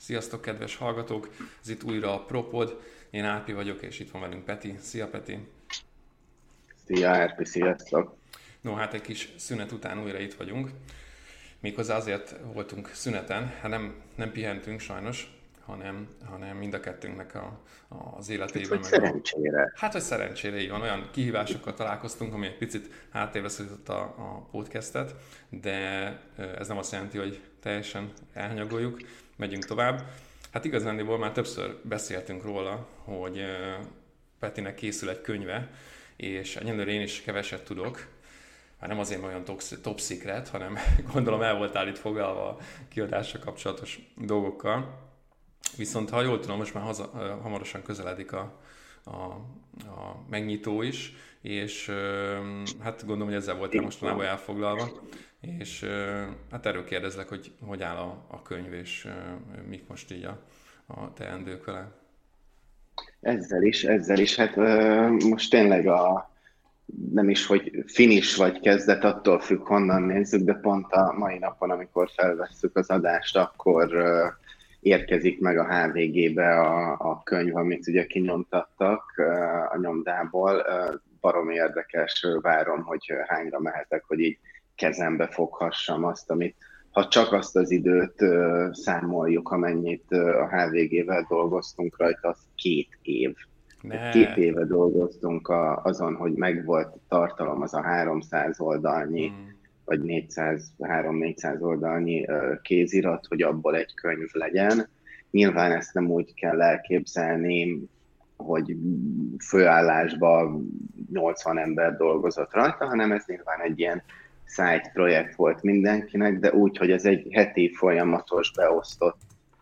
Sziasztok, kedves hallgatók! Ez itt újra a ProPod. Én Ápi vagyok, és itt van velünk Peti. Szia, Peti! Szia, Árpi, sziasztok! No, hát egy kis szünet után újra itt vagyunk. Méghozzá azért voltunk szüneten, hát nem pihentünk sajnos, hanem mind a kettőnknek az életében. Hogy szerencsére. Hát, hogy szerencsére, így van. Olyan kihívásokkal találkoztunk, ami egy picit háttérbe szorította a podcastet, de ez nem azt jelenti, hogy teljesen elhanyagoljuk, megyünk tovább. Hát igazándiból már többször beszéltünk róla, hogy Petinek készül egy könyve, és egyelőre én is keveset tudok, már nem azért olyan top secret, hanem gondolom el voltál itt foglalva a kiadással kapcsolatos dolgokkal. Viszont ha jól tudom, most már hamarosan közeledik a megnyitó is, és hát gondolom, hogy ezzel voltál mostanában elfoglalva, és hát erről kérdezlek, hogy áll a könyv, és mik most így a teendők vele. Ezzel is, hát most tényleg nem is, hogy finish vagy kezdet, attól függ, honnan nézzük, de pont a mai napon, amikor felvesszük az adást, akkor érkezik meg a HVG-be a könyv, amit ugye kinyomtattak a nyomdából. Baromi érdekes, várom, hogy hányra mehetek, hogy így kezembe foghassam azt, amit ha csak azt az időt számoljuk, amennyit a HVG-vel dolgoztunk rajta, az 2 év. 2 éve dolgoztunk azon, hogy megvolt tartalom, az a 300 oldalnyi, vagy 300-400 oldalnyi kézirat, hogy abból egy könyv legyen. Nyilván ezt nem úgy kell elképzelni, hogy főállásban 80 ember dolgozott rajta, hanem ez nyilván egy ilyen side projekt volt mindenkinek, de úgy, hogy ez egy heti folyamatos beosztott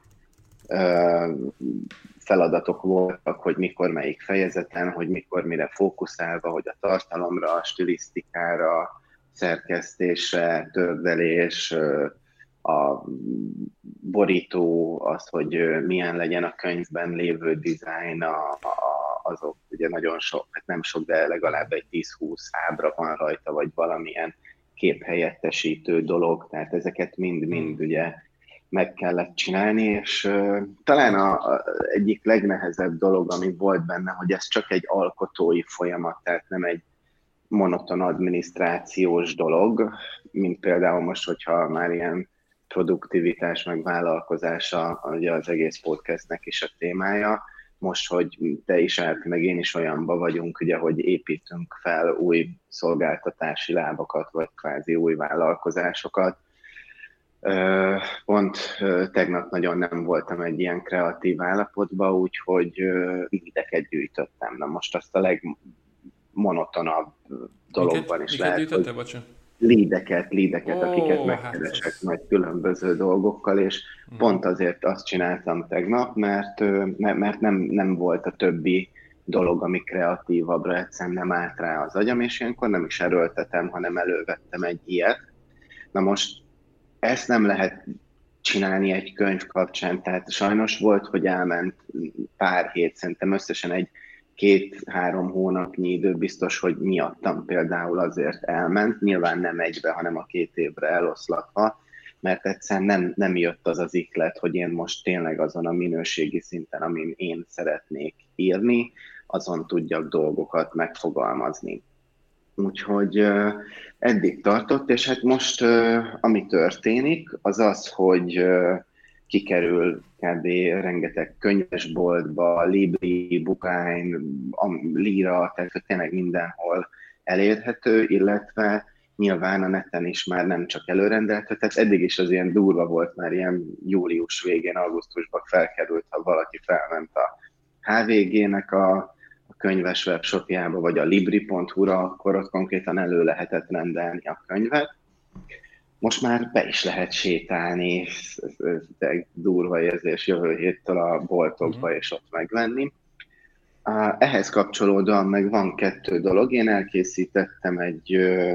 feladatok voltak, hogy mikor melyik fejezeten, hogy mikor mire fókuszálva, hogy a tartalomra, a stilisztikára, szerkesztésre, tördelés, a borító, az, hogy milyen legyen a könyvben lévő dizájn, azok ugye nagyon sok, hát nem sok, de legalább egy 10-20 ábra van rajta, vagy valamilyen képhelyettesítő dolog, tehát ezeket mind ugye meg kellett csinálni, és talán egyik legnehezebb dolog, ami volt benne, hogy ez csak egy alkotói folyamat, tehát nem egy monoton adminisztrációs dolog, mint például most, hogyha már ilyen produktivitás meg vállalkozása, ugye az egész podcastnek is a témája. Most, hogy te is, Árpi, meg én is olyanban vagyunk, ugye, hogy építünk fel új szolgáltatási lábakat, vagy kvázi új vállalkozásokat. Pont tegnap nagyon nem voltam egy ilyen kreatív állapotban, úgyhogy leadeket gyűjtöttem. Na most azt a legmonotonabb dologban is lehet, hogy leadeket, akiket megkeresek majd különböző dolgokkal, és pont azért azt csináltam tegnap, mert nem volt a többi dolog, ami kreatívabbra, egyszerűen nem állt rá az agyam, és ilyenkor nem is erőltetem, hanem elővettem egy ilyet. Na most ezt nem lehet csinálni egy könyv kapcsán, tehát sajnos volt, hogy elment pár hét, szerintem összesen egy 2-3 hónapnyi idő biztos, hogy miattam például azért elment, nyilván nem egybe, hanem a 2 évre eloszlatva, mert egyszerűen nem jött az az ihlet, hogy én most tényleg azon a minőségi szinten, amin én szeretnék írni, azon tudjak dolgokat megfogalmazni. Úgyhogy eddig tartott, és hát most ami történik, az az, hogy kikerül kb. Rengeteg könyvesboltba, Libri, Bookány, Lira, tehát tényleg mindenhol elérhető, illetve nyilván a neten is már nem csak előrendelhető, tehát eddig is az ilyen durva volt, már ilyen július végén, augusztusban felkerült, ha valaki felment a HVG-nek a könyves webshopjába, vagy a libri.hu-ra, akkor ott konkrétan elő lehetett rendelni a könyvet. Most már be is lehet sétálni, ez egy durva érzés jövő héttől a boltokba és ott megvenni. Ehhez kapcsolódóan meg van 2 dolog. Én elkészítettem egy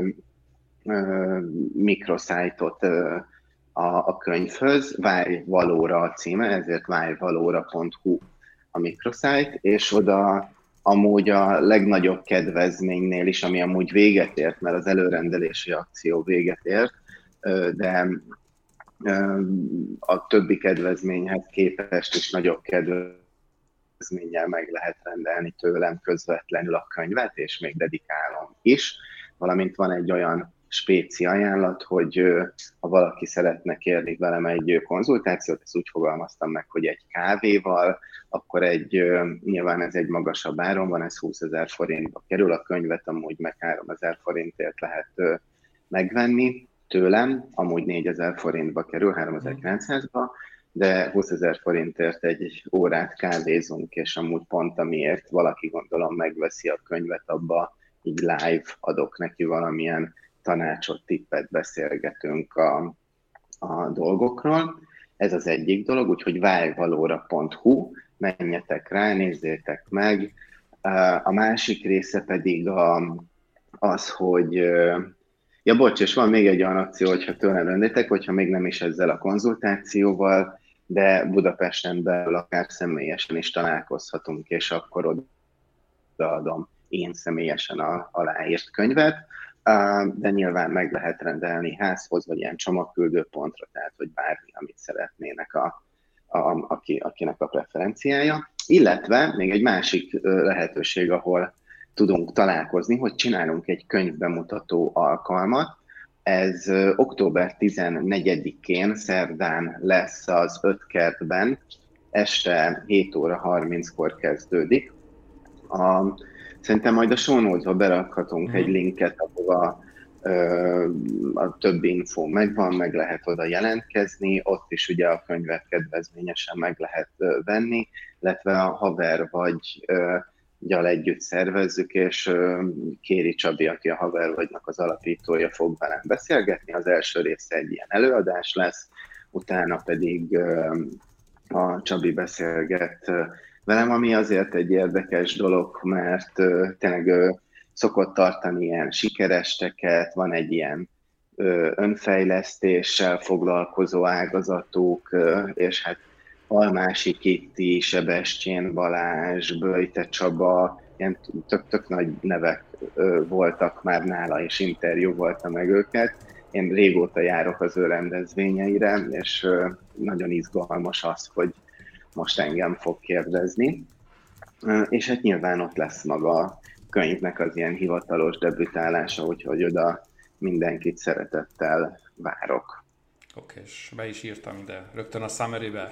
mikroszájtot a könyvhöz, Várj valóra a címe, ezért várjvalóra.hu a mikroszájt, és oda amúgy a legnagyobb kedvezménynél is, ami amúgy véget ért, mert az előrendelési akció véget ért, de a többi kedvezményhez képest is nagyobb kedvezménnyel meg lehet rendelni tőlem közvetlenül a könyvet, és még dedikálom is, valamint van egy olyan spéci ajánlat, hogy ha valaki szeretne kérni velem egy konzultációt, ezt úgy fogalmaztam meg, hogy egy kávéval, akkor nyilván ez egy magasabb áron van, ez 20 000 forintba kerül, a könyvet amúgy meg 3 000 forintért lehet megvenni tőlem, amúgy 4 000 forintba kerül, 3900-ba, de 20 000 forintért egy órát kávézunk, és amúgy pont amiért valaki gondolom megveszi a könyvet, abba így live adok neki valamilyen tanácsot, tippet, beszélgetünk a dolgokról. Ez az egyik dolog, úgyhogy vájvalóra.hu, menjetek rá, nézzétek meg. A másik része pedig az, hogy ja, bocs, és van még egy olyan akció, hogyha tőlem renditek, hogyha még nem is ezzel a konzultációval, de Budapesten belül akár személyesen is találkozhatunk, és akkor odaadom én személyesen aláírt könyvet, de nyilván meg lehet rendelni házhoz, vagy ilyen csomagküldőpontra, tehát hogy bármi, amit szeretnének akinek a preferenciája. Illetve még egy másik lehetőség, ahol tudunk találkozni, hogy csinálunk egy könyvbemutató alkalmat. Ez október 14-én szerdán lesz az 5 kertben, este 7 óra 30-kor kezdődik. Szerintem majd a show notes-ba berakhatunk egy linket, ahova a többi infó megvan, meg lehet oda jelentkezni, ott is ugye a könyvet kedvezményesen meg lehet venni, illetve a haver vagy gyal együtt szervezzük, és Kéri Csabi, aki a Haver vagynak az alapítója, fog velem beszélgetni. Az első része egy ilyen előadás lesz, utána pedig a Csabi beszélget velem, ami azért egy érdekes dolog, mert tényleg szokott tartani ilyen sikeresteket, van egy ilyen önfejlesztéssel foglalkozó ágazatuk, és hát Almási Kitti, Sebestyén Balázs, Böjte Csaba, ilyen tök nagy nevek voltak már nála, és interjú volta meg őket. Én régóta járok az ő rendezvényeire, és nagyon izgalmas az, hogy most engem fog kérdezni. És hát nyilván ott lesz maga a könyvnek az ilyen hivatalos debütálása, úgyhogy oda mindenkit szeretettel várok. Oké, és be is írtam ide, rögtön a summary-be.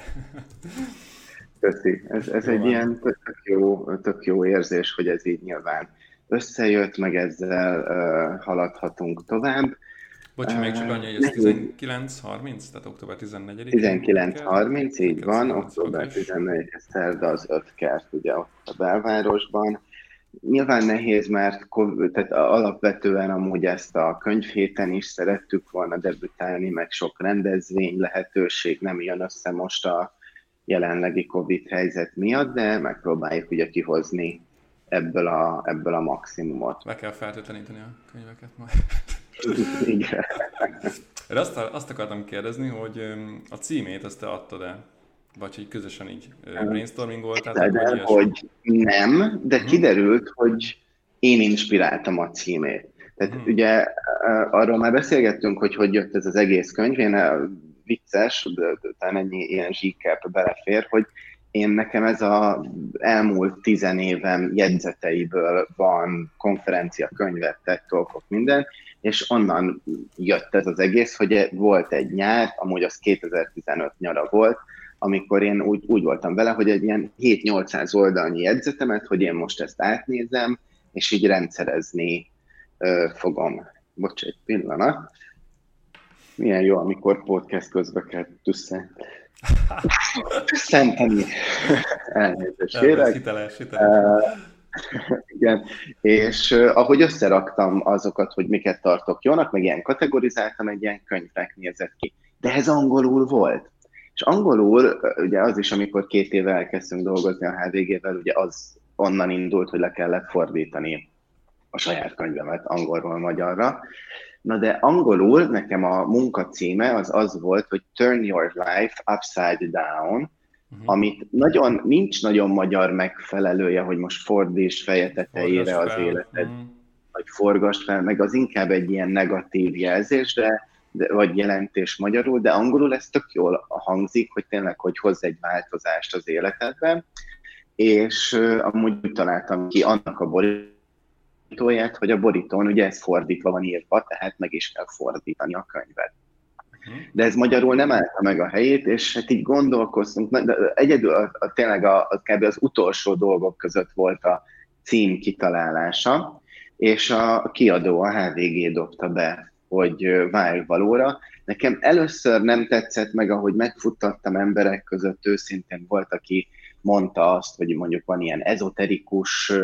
Köszi. Ez egy ilyen tök jó érzés, hogy ez így nyilván összejött, meg ezzel haladhatunk tovább. Bocsánat, még csak annyi, hogy ez 19.30, tehát október 14-én? 19.30, így van, október 14-én szerda az 5 kert, ugye ott a belvárosban. Nyilván nehéz, mert tehát alapvetően amúgy ezt a könyvhéten is szerettük volna debütálni, meg sok rendezvény lehetőség nem jön össze most a jelenlegi Covid helyzet miatt, de megpróbáljuk ugye kihozni ebből a maximumot. Be kell feltétleníteni a könyveket majd. Igen. Azt akartam kérdezni, hogy a címét azt te adtad-e? Vagy hogy közösen így brainstormingoltátok? Hogy nem, de kiderült, hogy én inspiráltam a címét. Tehát ugye arról már beszélgettünk, hogy jött ez az egész könyv, én vicces, de talán ennyi ilyen zsíkebb belefér, hogy nekem ez az elmúlt 10 évem jegyzeteiből van konferencia, könyvet, TED-talkok, minden, és onnan jött ez az egész, hogy volt egy nyár, amúgy az 2015 nyara volt, amikor én úgy voltam vele, hogy egy ilyen 7-800 oldalnyi jegyzetemet, hogy én most ezt átnézem, és így rendszerezni fogom. Bocs, egy pillanat. Milyen jó, amikor podcast közben kell tüsszenteni. Elnézést kérek. Hiteles. Igen, és ahogy összeraktam azokat, hogy miket tartok jónak, meg ilyen kategorizáltam, egy ilyen könyvnek nézett ki. De ez angolul volt. És angolul, ugye az is, amikor 2 éve elkezdtünk dolgozni a HVG-vel, ugye az onnan indult, hogy le kellett fordítani a saját könyvemet angolról magyarra. Na de angolul nekem a munka címe az volt, hogy Turn Your Life Upside Down, amit nincs nagyon magyar megfelelője, hogy most fordíts feje tetejére az életed, vagy forgasd fel, meg az inkább egy ilyen negatív jelzés, de vagy jelentés magyarul, de angolul ez tök jól hangzik, hogy tényleg, hogy hoz egy változást az életedben, és amúgy találtam ki annak a borítóját, hogy a borítón ugye ez fordítva van írva, tehát meg is kell fordítani a könyvet. De ez magyarul nem állta meg a helyét, és hát így gondolkoztunk, de egyedül tényleg kb. Az utolsó dolgok között volt a cím kitalálása, és a kiadó, a HVG dobta be, hogy várj valóra. Nekem először nem tetszett meg, ahogy megfuttattam emberek között, őszintén volt, aki mondta azt, hogy mondjuk van ilyen ezoterikus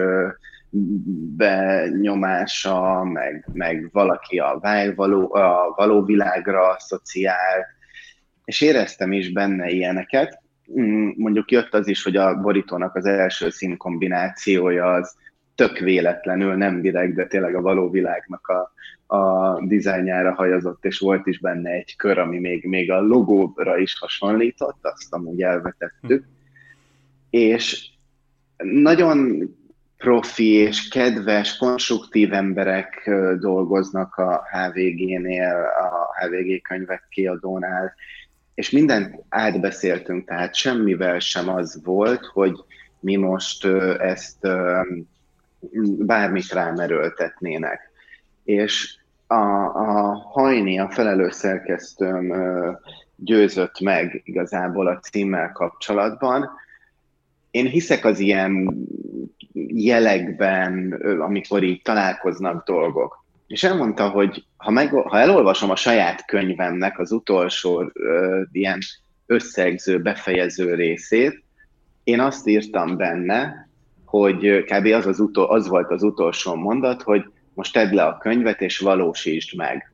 benyomása, meg valaki a való világra asszociált, és éreztem is benne ilyeneket. Mondjuk jött az is, hogy a borítónak az első színkombinációja az tök véletlenül, nem direkt, de tényleg a való világnak a dizájnjára hajazott, és volt is benne egy kör, ami még a logóra is hasonlított, azt amúgy elvetettük. És nagyon profi és kedves, konstruktív emberek dolgoznak a HVG-nél, a HVG könyvek kiadónál, és mindent átbeszéltünk, tehát semmivel sem az volt, hogy mi most ezt bármit rám erőltetnének. És a Hajni, a felelős szerkesztőm győzött meg igazából a címmel kapcsolatban. Én hiszek az ilyen jelekben, amikor így találkoznak dolgok. És elmondta, hogy ha elolvasom a saját könyvemnek az utolsó ilyen összegző, befejező részét, én azt írtam benne, hogy kb. Az volt az utolsó mondat, hogy most tedd le a könyvet és valósítsd meg.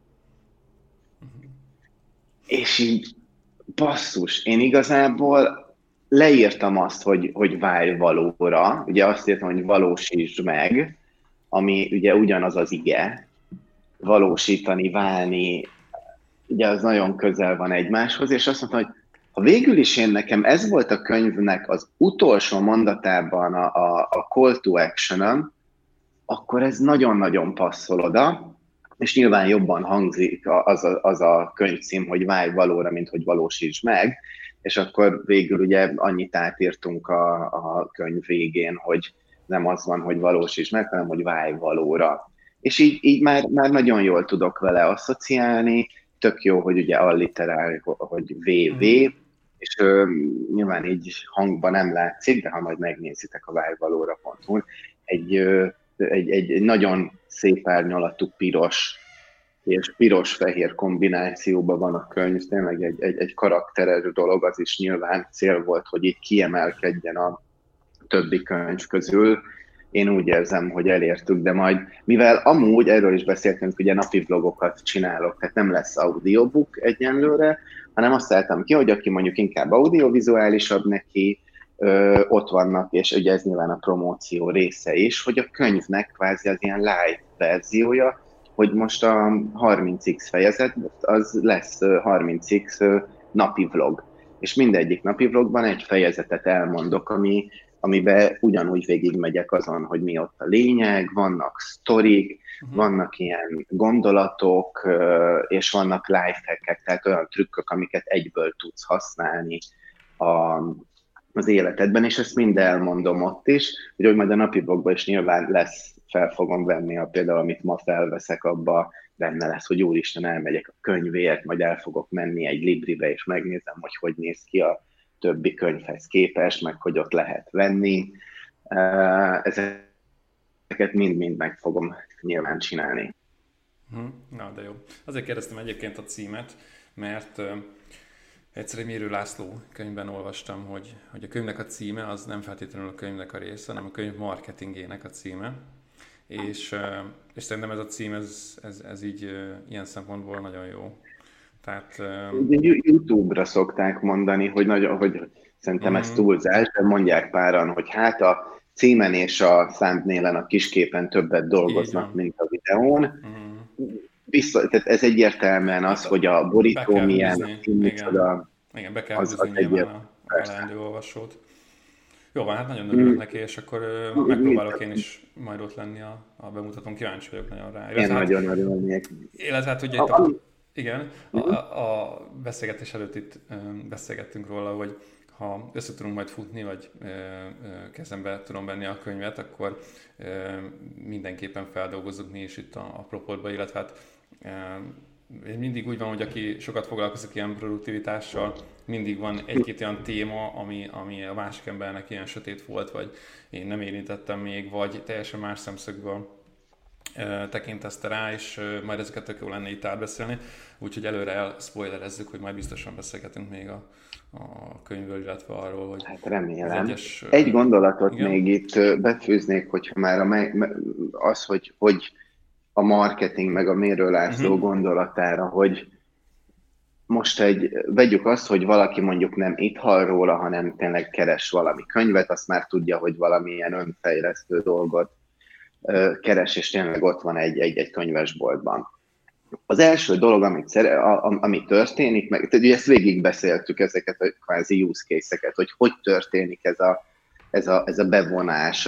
És így basszus, én igazából leírtam azt, hogy várj valóra, ugye azt írtam, hogy valósítsd meg, ami ugye ugyanaz az ige, valósítani, válni, ugye az nagyon közel van egymáshoz, és azt mondtam, hogy ha végül is nekem ez volt a könyvnek az utolsó mondatában a call to action-om, akkor ez nagyon-nagyon passzol oda, és nyilván jobban hangzik az a könyvcím, hogy várj valóra, mint hogy valósítsd meg, és akkor végül ugye annyit átírtunk a könyv végén, hogy nem az van, hogy valósítsd meg, hanem hogy várj valóra. És így már nagyon jól tudok vele asszociálni, tök jó, hogy ugye alliterál, hogy VV, és nyilván így hangban nem látszik, de ha majd megnézitek a várjvalóra.hu, egy nagyon szép árnyalatú piros és piros-fehér kombinációban van a könyv, tényleg egy karakteres dolog, az is nyilván cél volt, hogy itt kiemelkedjen a többi könyv közül. Én úgy érzem, hogy elértük, de majd, mivel amúgy, erről is beszéltünk, ugye napi vlogokat csinálok, tehát nem lesz audiobook egyenlőre, hanem azt álltam ki, hogy aki mondjuk inkább audiovizuálisabb neki, ott vannak, és ugye ez nyilván a promóció része is, hogy a könyvnek kvázi az ilyen live verziója, hogy most a 30x fejezet, az lesz 30x napi vlog. És mindegyik napi vlogban egy fejezetet elmondok, amiben ugyanúgy végigmegyek azon, hogy mi ott a lényeg, vannak sztorik, vannak ilyen gondolatok, és vannak lifehackek, tehát olyan trükkök, amiket egyből tudsz használni az életedben, és ezt mind elmondom ott is, hogy majd a napi blogban is nyilván fel fogom venni, például amit ma felveszek, abba benne lesz, hogy úristen, elmegyek a könyvéért, majd el fogok menni egy libribe, és megnézem, hogy néz ki a többi könyvhez képest, meg hogy ott lehet venni. Ezeket mind-mind meg fogom nyilván csinálni. Na, de jó. Azért kérdeztem egyébként a címet, mert egyszer egy Mérő László könyvben olvastam, hogy a könyvnek a címe az nem feltétlenül a könyvnek a része, hanem a könyv marketingének a címe. És szerintem ez a cím, ez így ilyen szempontból nagyon jó. Tehát, YouTube-ra szokták mondani, hogy szerintem ez túlzás, de mondják páran, hogy hát a címen és a thumbnailen, a kisképen többet dolgoznak, mint a videón. Tehát ez egyértelműen az, hogy a borító milyen, igen, be kell húzni nyilván a leendő olvasót. Jó van, hát nagyon örülök neki, és akkor megpróbálok én is majd ott lenni a bemutatón. Kíváncsi vagyok nagyon rá. Én nagyon örülnék. Illetve hát ugye Igen, a beszélgetés előtt itt beszélgettünk róla, hogy ha össze tudunk majd futni, vagy kezembe tudom venni a könyvet, akkor mindenképpen feldolgozzuk mi is itt a proportba, illetve hát mindig úgy van, hogy aki sokat foglalkozik ilyen produktivitással, mindig van egy-két olyan téma, ami a másik embernek ilyen sötét volt, vagy én nem érintettem még, vagy teljesen más szemszögből tekintezte rá, és majd ezeket tök jó lenne itt átbeszélni. Úgyhogy előre elspoilerezzük, hogy majd biztosan beszélgetünk még a könyvről, illetve arról, hogy... Hát remélem. Egy gondolatot igen? Még itt befűznék, hogyha már az, hogy a marketing meg a Mérő László gondolatára, hogy most vegyük azt, hogy valaki mondjuk nem itt hall róla, hanem tényleg keres valami könyvet, azt már tudja, hogy valamilyen önfejlesztő dolgot keres, és tényleg ott van egy könyvesboltban. Az első dolog, ami történik, meg ugye ezt végigbeszéltük, ezeket a kvázi use case-eket, hogy történik ez a bevonás,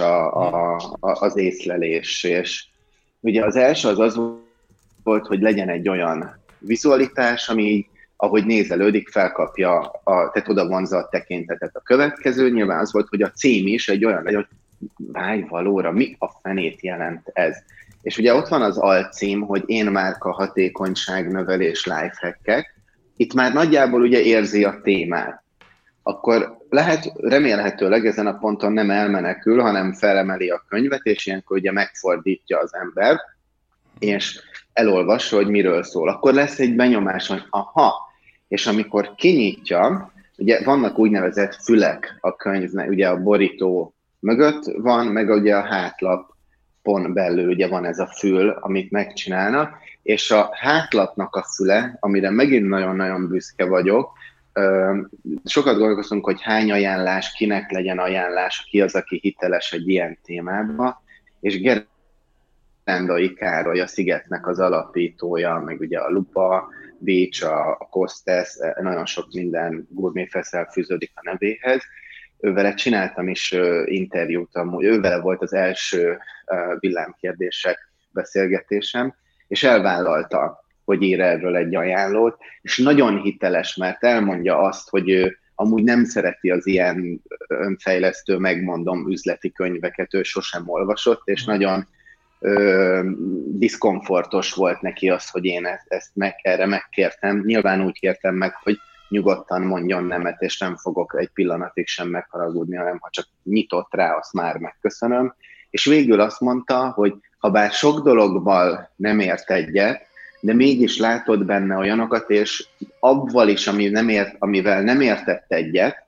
az észlelés, és ugye az első az volt, hogy legyen egy olyan vizualitás, ami ahogy nézelődik, felkapja, tehát oda vonzza a tekintetet. A következő nyilván az volt, hogy a cím is egy olyan legyen, hogy vágy valóra, mi a fenét jelent ez? És ugye ott van az alcím, hogy én márka hatékonyság növelés lifehackek. Itt már nagyjából ugye érzi a témát. Akkor remélhetőleg ezen a ponton nem elmenekül, hanem felemeli a könyvet, és ilyenkor ugye megfordítja az ember, és elolvassa, hogy miről szól. Akkor lesz egy benyomás, hogy aha, és amikor kinyitja, ugye vannak úgynevezett fülek a könyvnek, ugye a borító mögött van, meg ugye a hátlapon belül ugye van ez a fül, amit megcsinálnak, és a hátlapnak a füle, amire megint nagyon-nagyon büszke vagyok, sokat gondolkoztunk, hogy hány ajánlás, kinek legyen ajánlás, ki az, aki hiteles egy ilyen témában, és Gerendai Károly, a Szigetnek az alapítója, meg ugye a Lupa, Bécs, a Kostesz, nagyon sok minden gurméfeszel fűződik a nevéhez. Ővele csináltam is interjút, ővele volt az első villámkérdések beszélgetésem, és elvállalta, hogy ír erről egy ajánlót, és nagyon hiteles, mert elmondja azt, hogy ő amúgy nem szereti az ilyen önfejlesztő, megmondom, üzleti könyveket, ő sosem olvasott, és nagyon diszkomfortos volt neki az, hogy én ezt erre megkértem. Nyilván úgy kértem meg, hogy nyugodtan mondjon nemet, és nem fogok egy pillanatig sem megharagudni, hanem ha csak nyitott rá, azt már megköszönöm. És végül azt mondta, hogy ha bár sok dologban nem ért egyet, de mégis látod benne olyanokat, és avval is, amivel nem értett egyet,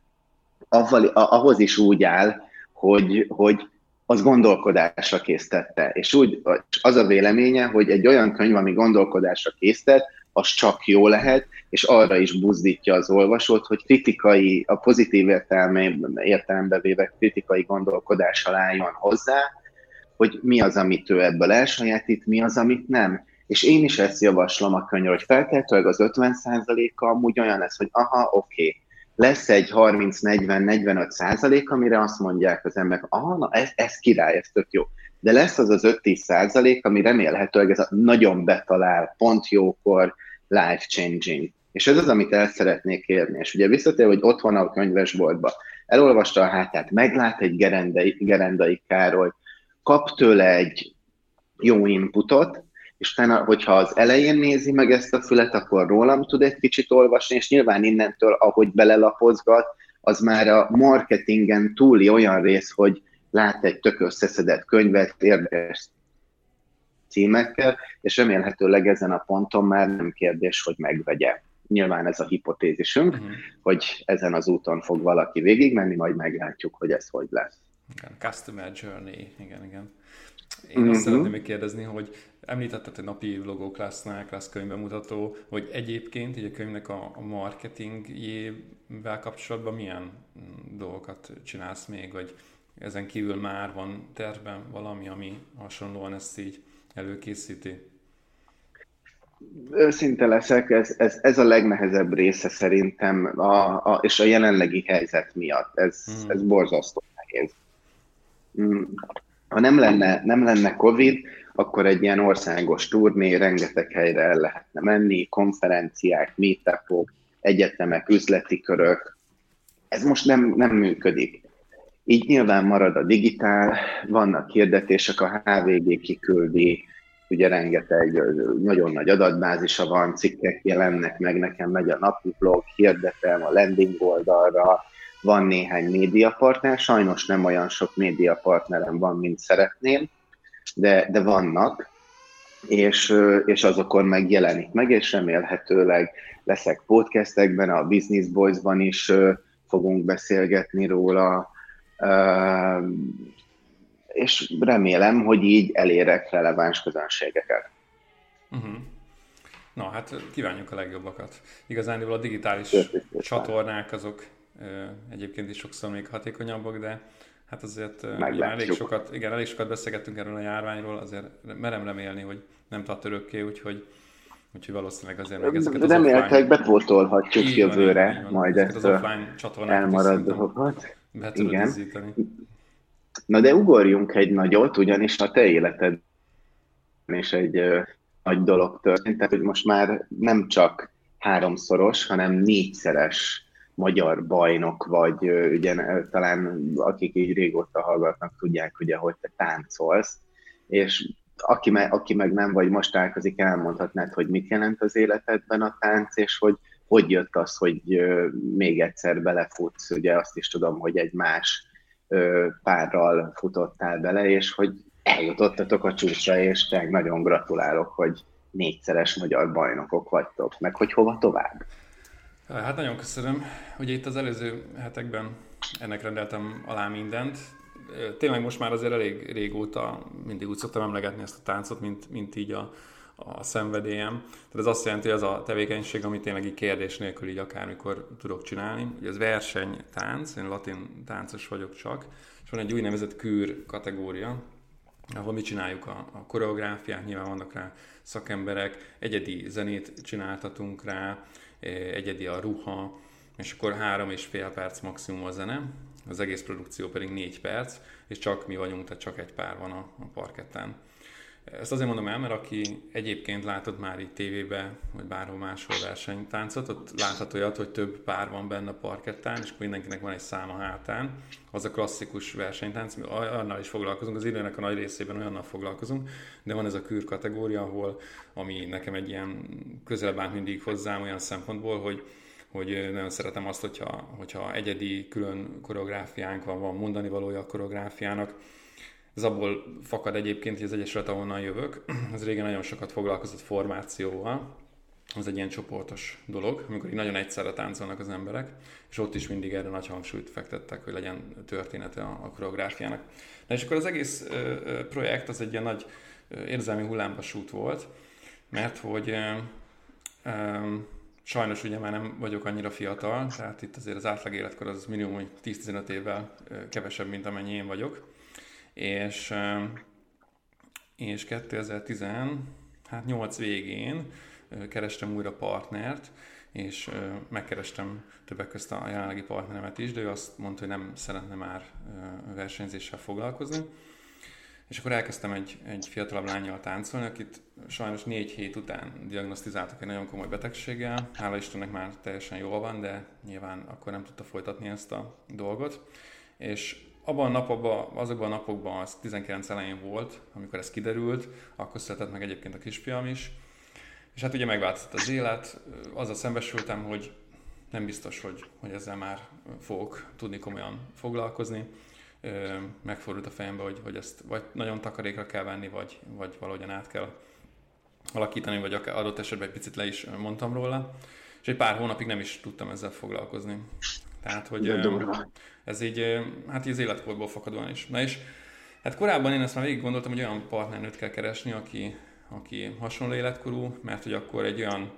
ahhoz is úgy áll, hogy az gondolkodásra késztette. És úgy az a véleménye, hogy egy olyan könyv, ami gondolkodásra késztet, az csak jó lehet, és arra is buzdítja az olvasót, hogy kritikai, a pozitív értelembe véve kritikai gondolkodással álljon hozzá, hogy mi az, amit ő ebből elsajátít, mi az, amit nem. És én is ezt javaslom a könyvre, hogy feltétlenül az 50%-a amúgy olyan lesz, hogy aha, oké. Lesz egy 30-40-45%, amire azt mondják az emberek, aha, na ez király, ez tök jó. De lesz az 5-10%, ami remélhetőleg ez a nagyon betalál, pont jókor, life-changing. És ez az, amit el szeretnék érni. És ugye visszatér, hogy ott van a könyvesboltban, elolvasta a hátát, meglát egy Gerendai Károly, kap tőle egy jó inputot, és utána, hogyha az elején nézi meg ezt a fület, akkor rólam tud egy kicsit olvasni, és nyilván innentől, ahogy belelapozgat, az már a marketingen túli olyan rész, hogy lát egy tök összeszedett könyvet, érdekes címekkel, és remélhetőleg ezen a ponton már nem kérdés, hogy megvegye. Nyilván ez a hipotézisünk, hogy ezen az úton fog valaki végigmenni, majd meglátjuk, hogy ez hogy lesz. Igen, customer journey, igen. Én azt szeretném még kérdezni, hogy említetted, hogy napi vlogok lesznek, lesz könyvbemutató, hogy egyébként így a könyvnek a marketingjével kapcsolatban milyen dolgokat csinálsz még, vagy ezen kívül már van tervben valami, ami hasonlóan ezt így előkészíti? Őszinte leszek, ez a legnehezebb része szerintem, és a jelenlegi helyzet miatt. Ez borzasztó nehéz. Ha nem lenne Covid, akkor egy ilyen országos turné, rengeteg helyre el lehetne menni, konferenciák, meetupok, egyetemek, üzleti körök. Ez most nem működik. Így nyilván marad a digitál, vannak hirdetések, a HVG kiküldi, ugye rengeteg, nagyon nagy adatbázisa van, cikkek jelennek meg, nekem megy a napi blog, hirdetem a landing oldalra, van néhány médiapartner, sajnos nem olyan sok médiapartnerem van, mint szeretném, de vannak, és azokon megjelenik meg, és remélhetőleg leszek podcastekben, a Business Boys-ban is fogunk beszélgetni róla, és remélem, hogy így elérek releváns közönségeket. Uh-huh. Na, hát kívánjuk a legjobbakat. Igazán a digitális csatornák azok egyébként is sokszor még hatékonyabbak, de hát azért elég sokat beszélgettünk erről a járványról, azért merem remélni, hogy nem tart örökké, úgyhogy valószínűleg azért meg ezeket az remélhetőleg bepótolhatjuk jövőre, majd ezt az offline elmaradt dolgokat. Be tudod izzítani. Na de ugorjunk egy nagyot, ugyanis a te életedben is egy nagy dolog történt, tehát hogy most már nem csak 3-szoros, hanem 4-szeres magyar bajnok vagy, ugye talán akik így régóta hallgatnak, tudják, ugye, hogy te táncolsz, és aki meg nem vagy most találkozik, elmondhatnád, hogy mit jelent az életedben a tánc, és hogy jött az, hogy még egyszer belefutsz, ugye azt is tudom, hogy egy más párral futottál bele, és hogy eljutottatok a csúcsra, és tényleg nagyon gratulálok, hogy 4-szeres magyar bajnokok vagytok, meg hogy hova tovább. Hát nagyon köszönöm. Ugye itt az előző hetekben ennek rendeltem alá mindent. Tényleg most már azért elég régóta mindig úgy szoktam emlegetni ezt a táncot, mint így a szenvedélyem. Tehát ez azt jelenti, hogy az a tevékenység, amit tényleg így kérdés nélkül így akármikor tudok csinálni. Ugye ez versenytánc, én latin táncos vagyok csak, és van egy úgynevezett kür kategória, ahol mi csináljuk a koreográfiát, nyilván vannak rá szakemberek, egyedi zenét csináltatunk rá, egyedi a ruha, és akkor 3,5 perc maximum a zene, az egész produkció pedig 4 perc, és csak mi vagyunk, tehát csak egy pár van a parketten. Ezt azért mondom el, mert aki egyébként látod már így tévébe, vagy bárhol máshol versenytáncot, ott látható olyat, hogy több pár van benne a parkettán, és mindenkinek van egy szám a hátán. Az a klasszikus versenytánc, mi annál is foglalkozunk, az időnek a nagy részében olyannal foglalkozunk, de van ez a kür kategória, ami nekem egy ilyen közelebb áll mindig hozzám olyan szempontból, hogy nagyon szeretem azt, hogyha egyedi külön koreográfiánk van mondani valója a koreográfiának. Ez abból fakad egyébként, hogy az egyesület, ahonnan jövök, az régen nagyon sokat foglalkozott formációval. Ez egy ilyen csoportos dolog, amikor így nagyon egyszerre táncolnak az emberek, és ott is mindig erre nagy hangsúlyt fektettek, hogy legyen története a koreográfiának. Na és akkor az egész projekt az egy ilyen nagy érzelmi hullámvasút volt, mert hogy sajnos ugye már nem vagyok annyira fiatal, tehát itt azért az átlag életkor az minimum 10-15 évvel kevesebb, mint amennyi én vagyok. És 2018 végén kerestem újra partnert, és megkerestem többek közt a jelenlegi partneremet is, de ő azt mondta, hogy nem szeretne már versenyzéssel foglalkozni. És akkor elkezdtem egy fiatalabb lánnyal táncolni, akit sajnos 4 hét után diagnosztizáltak egy nagyon komoly betegséggel. Hála Istennek már teljesen jól van, de nyilván akkor nem tudta folytatni ezt a dolgot. És azokban a napokban, az 19 elején volt, amikor ez kiderült, akkor született meg egyébként a kisfiam is. És hát ugye megváltozott az élet, azzal szembesültem, hogy nem biztos, hogy ezzel már fogok tudni komolyan foglalkozni. Megfordult a fejembe, hogy ezt vagy nagyon takarékra kell venni, vagy valahogyan át kell alakítani, vagy adott esetben egy picit le is mondtam róla. És egy pár hónapig nem is tudtam ezzel foglalkozni. Tehát, hogy ez így, hát így az életkorból fakadóan is. Na és hát korábban én ezt már végig gondoltam, hogy olyan partnernőt kell keresni, aki hasonló életkorú, mert hogy akkor egy olyan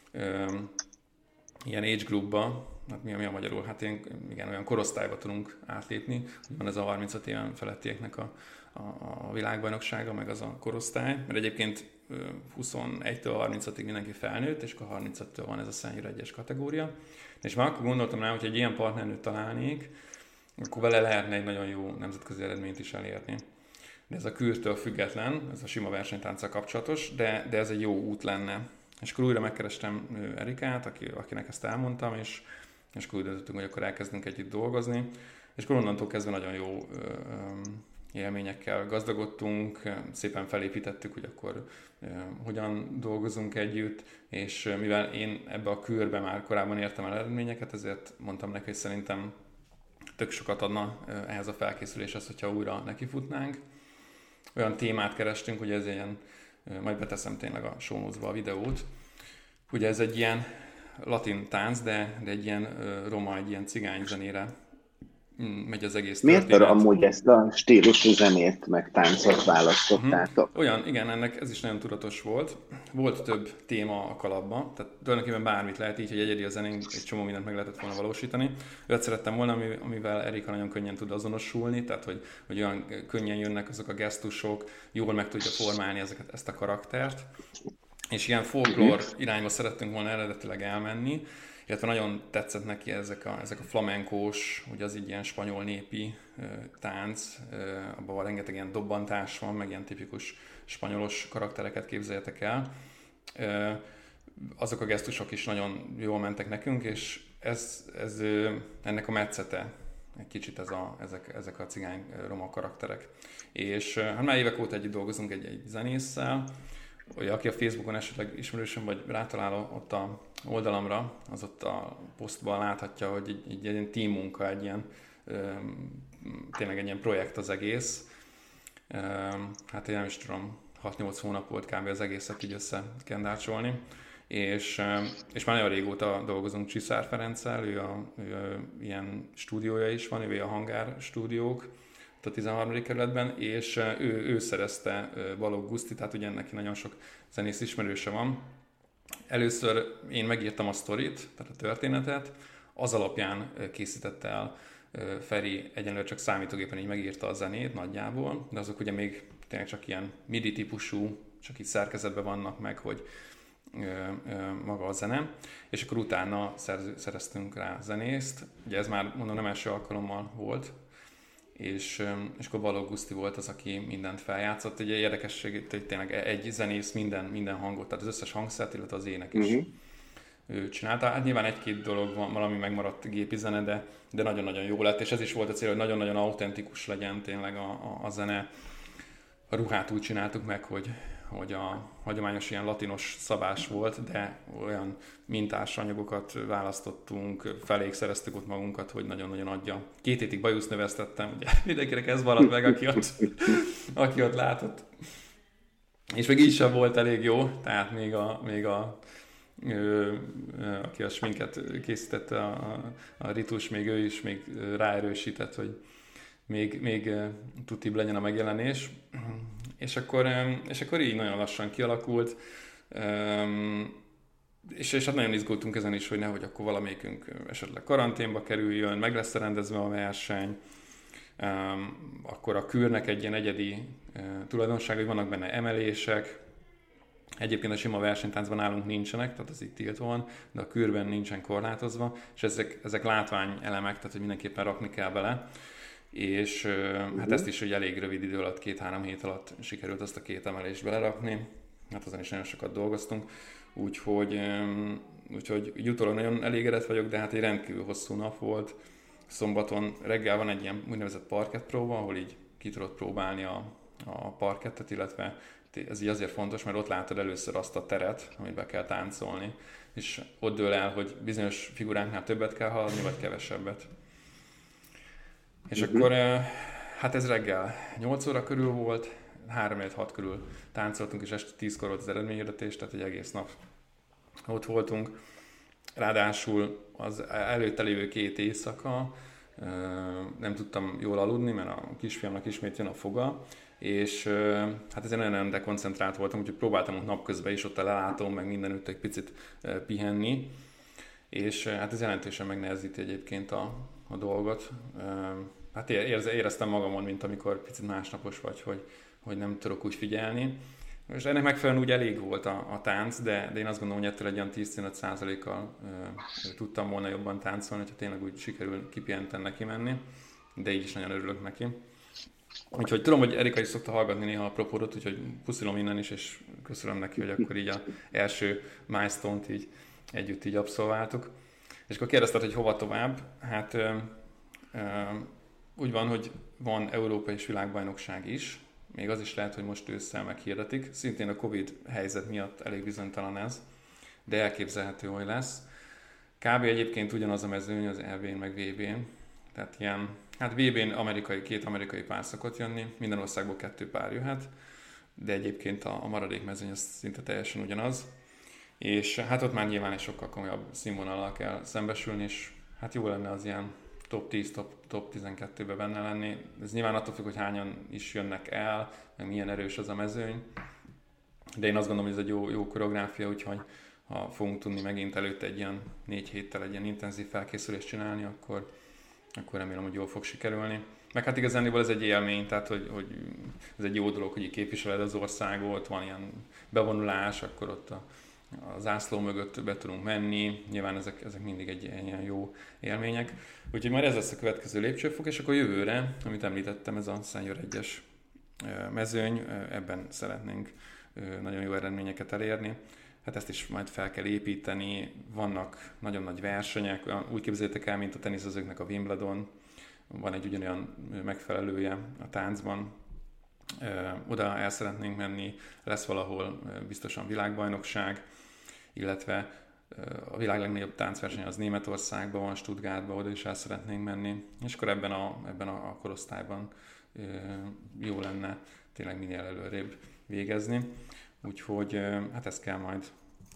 ilyen age groupba, hát mi a magyarul, hát igen, olyan korosztályba tudunk átlépni. Van ez a 35 éven felettieknek a világbajnoksága, meg az a korosztály, mert egyébként 21-től 35-ig mindenki felnőtt, és akkor 35-től van ez a senior 1-es kategória. És már akkor gondoltam rá, hogy egy ilyen partnernőt találnék, akkor vele lehetne egy nagyon jó nemzetközi eredményt is elérni. de ez a kürtől független, ez a sima versenytánccal kapcsolatos, de ez egy jó út lenne. És akkor újra megkerestem Erikát, akinek ezt elmondtam, és akkor úgy döntöttünk, hogy akkor elkezdünk együtt dolgozni, és akkor onnantól kezdve nagyon jó élményekkel gazdagodtunk, szépen felépítettük, hogy akkor hogyan dolgozunk együtt, és mivel én ebbe a körbe már korábban értem el eredményeket, ezért mondtam neki, hogy szerintem tök sokat adna ehhez a felkészüléshez, hogyha újra nekifutnánk. Olyan témát kerestünk, hogy ez ilyen, majd beteszem tényleg a show notes-ba a videót, ugye ez egy ilyen latin tánc, de egy ilyen roma, egy ilyen cigány zenére megy az egész történet. Miért amúgy ezt a stílusú zenét meg táncot választottátok? Olyan, igen, ennek ez is nagyon tudatos volt. Volt több téma a kalapban, tehát tulajdonképpen bármit lehet így, hogy egyedi a zenénk, egy csomó mindent meg lehetett volna valósítani. Őt szerettem volna, amivel Erika nagyon könnyen tud azonosulni, tehát hogy olyan könnyen jönnek azok a gesztusok, jól meg tudja formálni ezt a karaktert. És ilyen folklór irányba szerettünk volna eredetileg elmenni, illetve nagyon tetszett neki ezek a flamenkós, ugye az így ilyen spanyol népi tánc, abban rengeteg ilyen dobbantás van, meg ilyen tipikus spanyolos karaktereket képzeljetek el. Azok a gesztusok is nagyon jól mentek nekünk, és ez ennek a metszete egy kicsit ezek a cigány-roma karakterek. És hát már évek óta együtt dolgozunk egy zenésszel, aki a Facebookon esetleg ismerősöm, vagy rátalál ott a oldalamra, az ott a posztban láthatja, hogy egy ilyen team munka, tényleg egy ilyen projekt az egész. Hát én nem is tudom, 6-8 hónap volt kb. Az egészet így összekendácsolni. És már nagyon régóta dolgozunk Csiszár Ferenccel, ő ilyen stúdiója is van, ő a Hangár stúdiók, a 13. kerületben, és ő szerezte Balogh Gusztit, tehát ugye neki nagyon sok zenész ismerőse van. Először én megírtam a sztorit, tehát a történetet, az alapján készítette el Feri, egyenlőre csak számítógépen így megírta a zenét nagyjából, de azok ugye még tényleg csak ilyen MIDI típusú, csak így szerkezetben vannak meg, hogy maga a zene, és akkor utána szereztünk rá zenészt. Ugye ez már mondom nem első alkalommal volt, és akkor Balogh Guszti volt az, aki mindent feljátszott. Ugye érdekesség, hogy tényleg egy zenész minden hangot, tehát az összes hangszert, illetve az ének is ő csinálta. Hát nyilván egy-két dolog van, valami megmaradt gépi zene, de nagyon-nagyon jó lett, és ez is volt a cél, hogy nagyon-nagyon autentikus legyen tényleg a zene. A ruhát úgy csináltuk meg, hogy a hagyományos ilyen latinos szabás volt, de olyan mintás anyagokat választottunk, felékszereztük ott magunkat, hogy nagyon-nagyon adja. 2 hétig bajuszt növesztettem, ugye mindenkinek ez maradt meg, aki ott látott. És még így sem volt elég jó, tehát még aki a sminket készítette, a Ritus, még ő is még ráerősített, hogy még tutibb legyen a megjelenés. És akkor így nagyon lassan kialakult, és hát nagyon izgultunk ezen is, hogy nehogy akkor valamelyikünk esetleg karanténba kerüljön, meg lesz rendezve a verseny, akkor a kürnek egy ilyen egyedi tulajdonság, hogy vannak benne emelések. Egyébként a sima versenytáncban nálunk nincsenek, tehát az itt tiltva van, de a kürben nincsen korlátozva, és ezek látványelemek, tehát hogy mindenképpen rakni kell bele. És hát ezt is, hogy elég rövid idő alatt, 2-3 hét alatt sikerült azt a 2 emelést belerakni. Hát azon is nagyon sokat dolgoztunk. Úgyhogy utólag nagyon elégedett vagyok, de hát egy rendkívül hosszú nap volt. Szombaton reggel van egy ilyen úgynevezett parkettpróba, ahol így ki tudod próbálni a parkettet, illetve ez így azért fontos, mert ott látod először azt a teret, amit be kell táncolni. És ott dől el, hogy bizonyos figuránknál többet kell haladni, vagy kevesebbet. És akkor, hát ez reggel 8 óra körül volt, 3-6 körül táncoltunk, és este 10-kor volt az eredményhirdetés, tehát egy egész nap ott voltunk. Ráadásul az előtte lévő 2 éjszaka nem tudtam jól aludni, mert a kisfiamnak ismét jön a foga, és hát ezért nagyon dekoncentrált voltam, úgyhogy próbáltam ott napközben is ott a lelátón, meg mindenütt egy picit pihenni, és hát ez jelentősen megnehezíti egyébként a dolgot. Hát éreztem magamon, mint amikor picit másnapos vagy, hogy nem tudok úgy figyelni. És ennek megfelelően úgy elég volt a tánc, de én azt gondolom, hogy ettől egy olyan 10-15%-kal tudtam volna jobban táncolni, hogyha tényleg úgy sikerül kipihenten neki menni, de így is nagyon örülök neki. Úgyhogy tudom, hogy Erika is szokta hallgatni néha a propódot, úgyhogy puszilom innen is, és köszönöm neki, hogy akkor így az első milestone-t így együtt így abszolváltuk. És akkor kérdezted, hogy hova tovább. Hát úgy van, hogy van Európa és világbajnokság is, még az is lehet, hogy most ősszel meghirdetik. Szintén a Covid helyzet miatt elég bizonytalan ez, de elképzelhető, hogy lesz. Kb. Egyébként ugyanaz a mezőny az EB-n meg VB-n. Tehát ilyen, hát VB-n két amerikai pár szokott jönni, minden országból 2 pár jöhet, de egyébként a maradék mezőny az szinte teljesen ugyanaz. És hát ott már nyilván egy sokkal komolyabb színvonallal kell szembesülni, és hát jó lenne az ilyen top 10, top 12-be benne lenni. Ez nyilván attól függ, hogy hányan is jönnek el, meg milyen erős az a mezőny. De én azt gondolom, hogy ez egy jó koreográfia, úgyhogy ha fogunk tudni megint előtte egy ilyen 4 héttel egy ilyen intenzív felkészülést csinálni, akkor remélem, hogy jól fog sikerülni. Meg hát igazániból ez egy élmény, tehát hogy ez egy jó dolog, hogy képviseled az országot, van ilyen bevonulás, akkor ott a zászló mögött be tudunk menni, nyilván ezek mindig egy ilyen jó élmények. Úgyhogy már ez lesz a következő lépcsőfok, és akkor jövőre, amit említettem, ez a Senior 1-es mezőny, ebben szeretnénk nagyon jó eredményeket elérni. Hát ezt is majd fel kell építeni, vannak nagyon nagy versenyek, úgy képzeljétek el, mint a teniszezőknek a Wimbledon, van egy ugyanolyan megfelelője a táncban, oda el szeretnénk menni, lesz valahol biztosan világbajnokság, illetve a világ legnagyobb táncverseny az Németországban van, Stuttgartban, oda is el szeretnénk menni, és akkor ebben a korosztályban jó lenne tényleg minél előrébb végezni. Úgyhogy hát ezt kell majd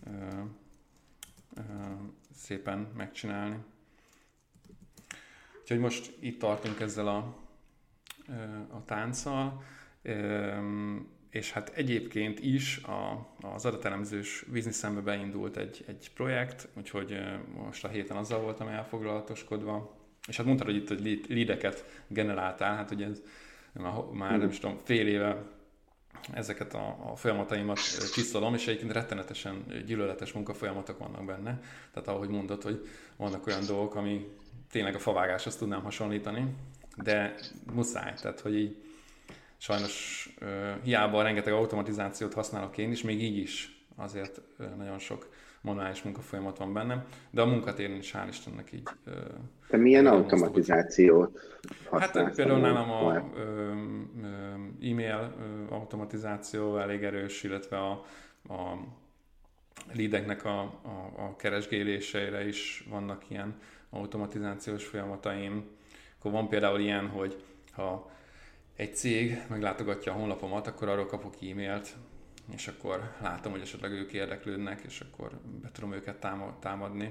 szépen megcsinálni. Úgyhogy most itt tartunk ezzel a tánccal, és hát egyébként is az adatelemzős bizniszembe beindult egy projekt, úgyhogy most a héten azzal voltam elfoglalatoskodva. És hát mondtad, hogy itt hogy leadeket generáltál, hát ugye ez már nem is tudom, fél éve ezeket a folyamataimat csiszolom, és egyébként rettenetesen gyűlöletes munkafolyamatok vannak benne. Tehát ahogy mondod, hogy vannak olyan dolgok, ami tényleg a favágáshoz tudnám hasonlítani, de muszáj, tehát hogy így sajnos hiába rengeteg automatizációt használok én is, még így is azért nagyon sok manuális munkafolyamat van bennem, de a munkatéren is hál' Istennek így... Te milyen automatizációt használsz? Hát például nálam a e-mail automatizáció elég erős, illetve a leadeknek a keresgéléseire is vannak ilyen automatizációs folyamataim. Akkor van például ilyen, hogy ha egy cég meglátogatja a honlapomat, akkor arról kapok e-mailt, és akkor látom, hogy esetleg ők érdeklődnek, és akkor be tudom őket támadni.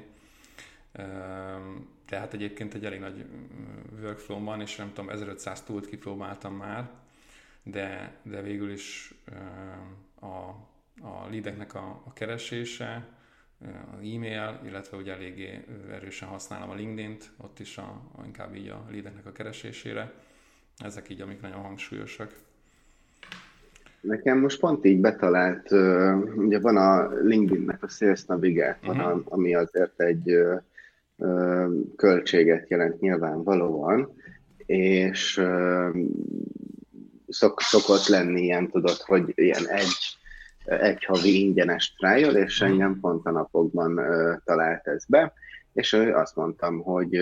Tehát egyébként egy elég nagy workflow van, és nem tudom, 1500 toolt kipróbáltam már, de végül is a leadeknek a keresése, az e-mail, illetve ugye eléggé erősen használom a LinkedIn-t, ott is inkább így a leadeknek a keresésére. Ezek így, amik nagyon hangsúlyosak. Nekem most pont így betalált, ugye van a LinkedIn-nek a Sales Navigator, ami azért egy költséget jelent nyilvánvalóan, és szokott lenni ilyen, tudod, hogy ilyen egy havi ingyenes trial, és engem pont a napokban talált ez be, és azt mondtam,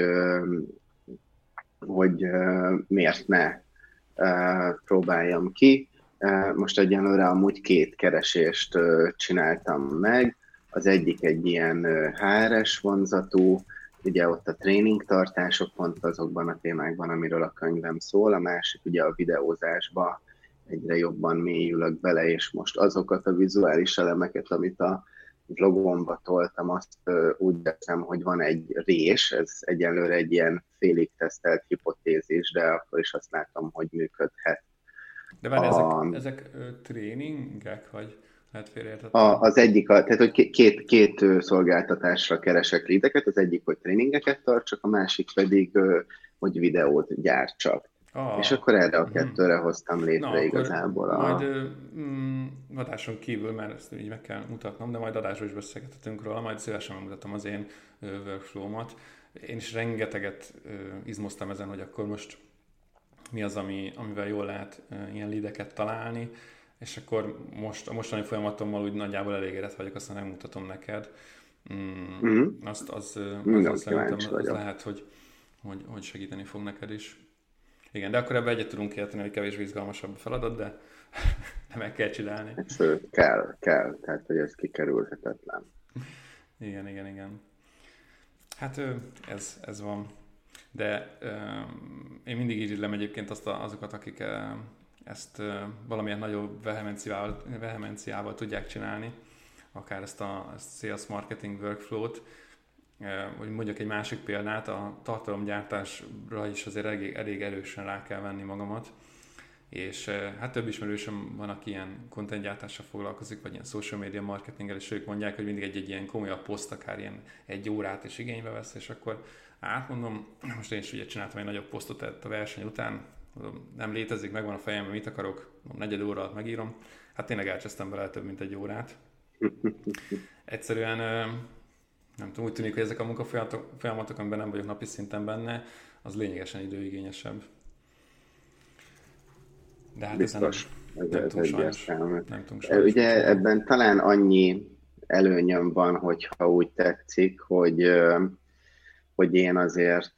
hogy miért ne próbáljam ki. Most egyenlőre amúgy 2 keresést csináltam meg. Az egyik egy ilyen HRS vonzatú, ugye ott a tréningtartások pont azokban a témákban, amiről a könyvem szól, a másik ugye a videózásba egyre jobban mélyülök bele, és most azokat a vizuális elemeket, amit a vlogomba toltam, azt úgy veszem, hogy van egy rés, ez egyenlőre egy ilyen félig tesztelt hipotézis, de akkor is azt látom, hogy működhet. De várj, ezek tréningek, vagy lehet félreértettem? Az egyik, tehát hogy két szolgáltatásra keresek leadeket, az egyik, hogy tréningeket tartsak, a másik pedig, hogy videót gyártsak. És akkor erre a kettőre hoztam létre igazából. Majd adáson kívül, mert ezt így meg kell mutatnom, de majd adásról is beszélgethetünk róla, majd szívesen megmutatom az én workflow-mat. Én is rengeteget izmoztam ezen, hogy akkor most mi az, amivel jól lehet ilyen leadeket találni, és akkor a mostani folyamatommal úgy nagyjából elégedett vagyok, aztán megmutatom neked. Azt szerintem az lehet, hogy segíteni fog neked is. Igen, de akkor ebbe egyet tudunk érteni, hogy kevésbé izgalmasabb a feladat, de meg kell csinálni. Kell, tehát hogy ez kikerülhetetlen. Igen. Hát ez van. De én mindig irigylem egyébként azokat, akik ezt valamilyen nagyobb vehemenciával tudják csinálni, akár ezt a sales marketing workflow-t. Hogy mondjak egy másik példát, a tartalomgyártásra is azért elég erősen rá kell venni magamat, és hát több ismerősöm van, aki ilyen contentgyártással foglalkozik, vagy ilyen social media marketinggel, és ők mondják, hogy mindig egy ilyen komolyabb poszt, akár ilyen 1 órát is igénybe vesz, és akkor mondom, most én is ugye csináltam egy nagyobb posztot a verseny után, nem létezik, megvan a fejemben, mit akarok, 4 óra alatt megírom, hát tényleg elcsesztem bele több mint 1 órát. Egyszerűen nem tudom, úgy tűnik, hogy ezek a munkafolyamatok, amiben nem vagyok napi szinten benne, az lényegesen időigényesebb. De hát biztos, nem tudunk sajnos. Ugye ebben talán annyi előnyöm van, hogyha úgy tetszik, hogy én azért...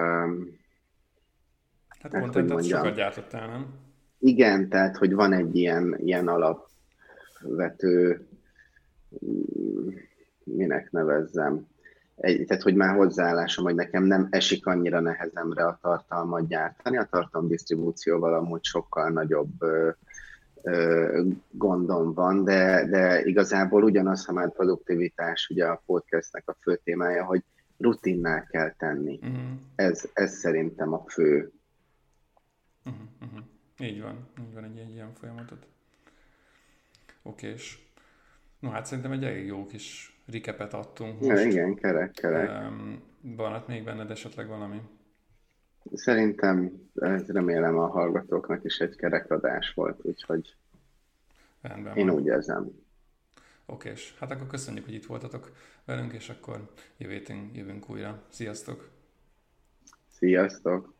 Hát contentet sokat gyártottál, nem? Igen, tehát, hogy van egy ilyen alapvető, minek nevezzem, tehát, hogy már hozzáállásom, hogy nekem nem esik annyira nehezemre a tartalmat gyártani. A tartalomdisztribúcióval amúgy sokkal nagyobb gondom van, de igazából ugyanaz, ha már produktivitás, ugye a podcastnek a fő témája, hogy rutinnál kell tenni. Ez szerintem a fő. Így van egy ilyen folyamatot. Okés. No hát szerintem egy elég jó kis recapet adtunk most. Ja, igen, kerek. Van még benned esetleg valami? Szerintem, remélem a hallgatóknak is egy kerek adás volt, úgyhogy rendben én úgy érzem. Okés. Hát akkor köszönjük, hogy itt voltatok velünk, és akkor jövünk újra. Sziasztok! Sziasztok!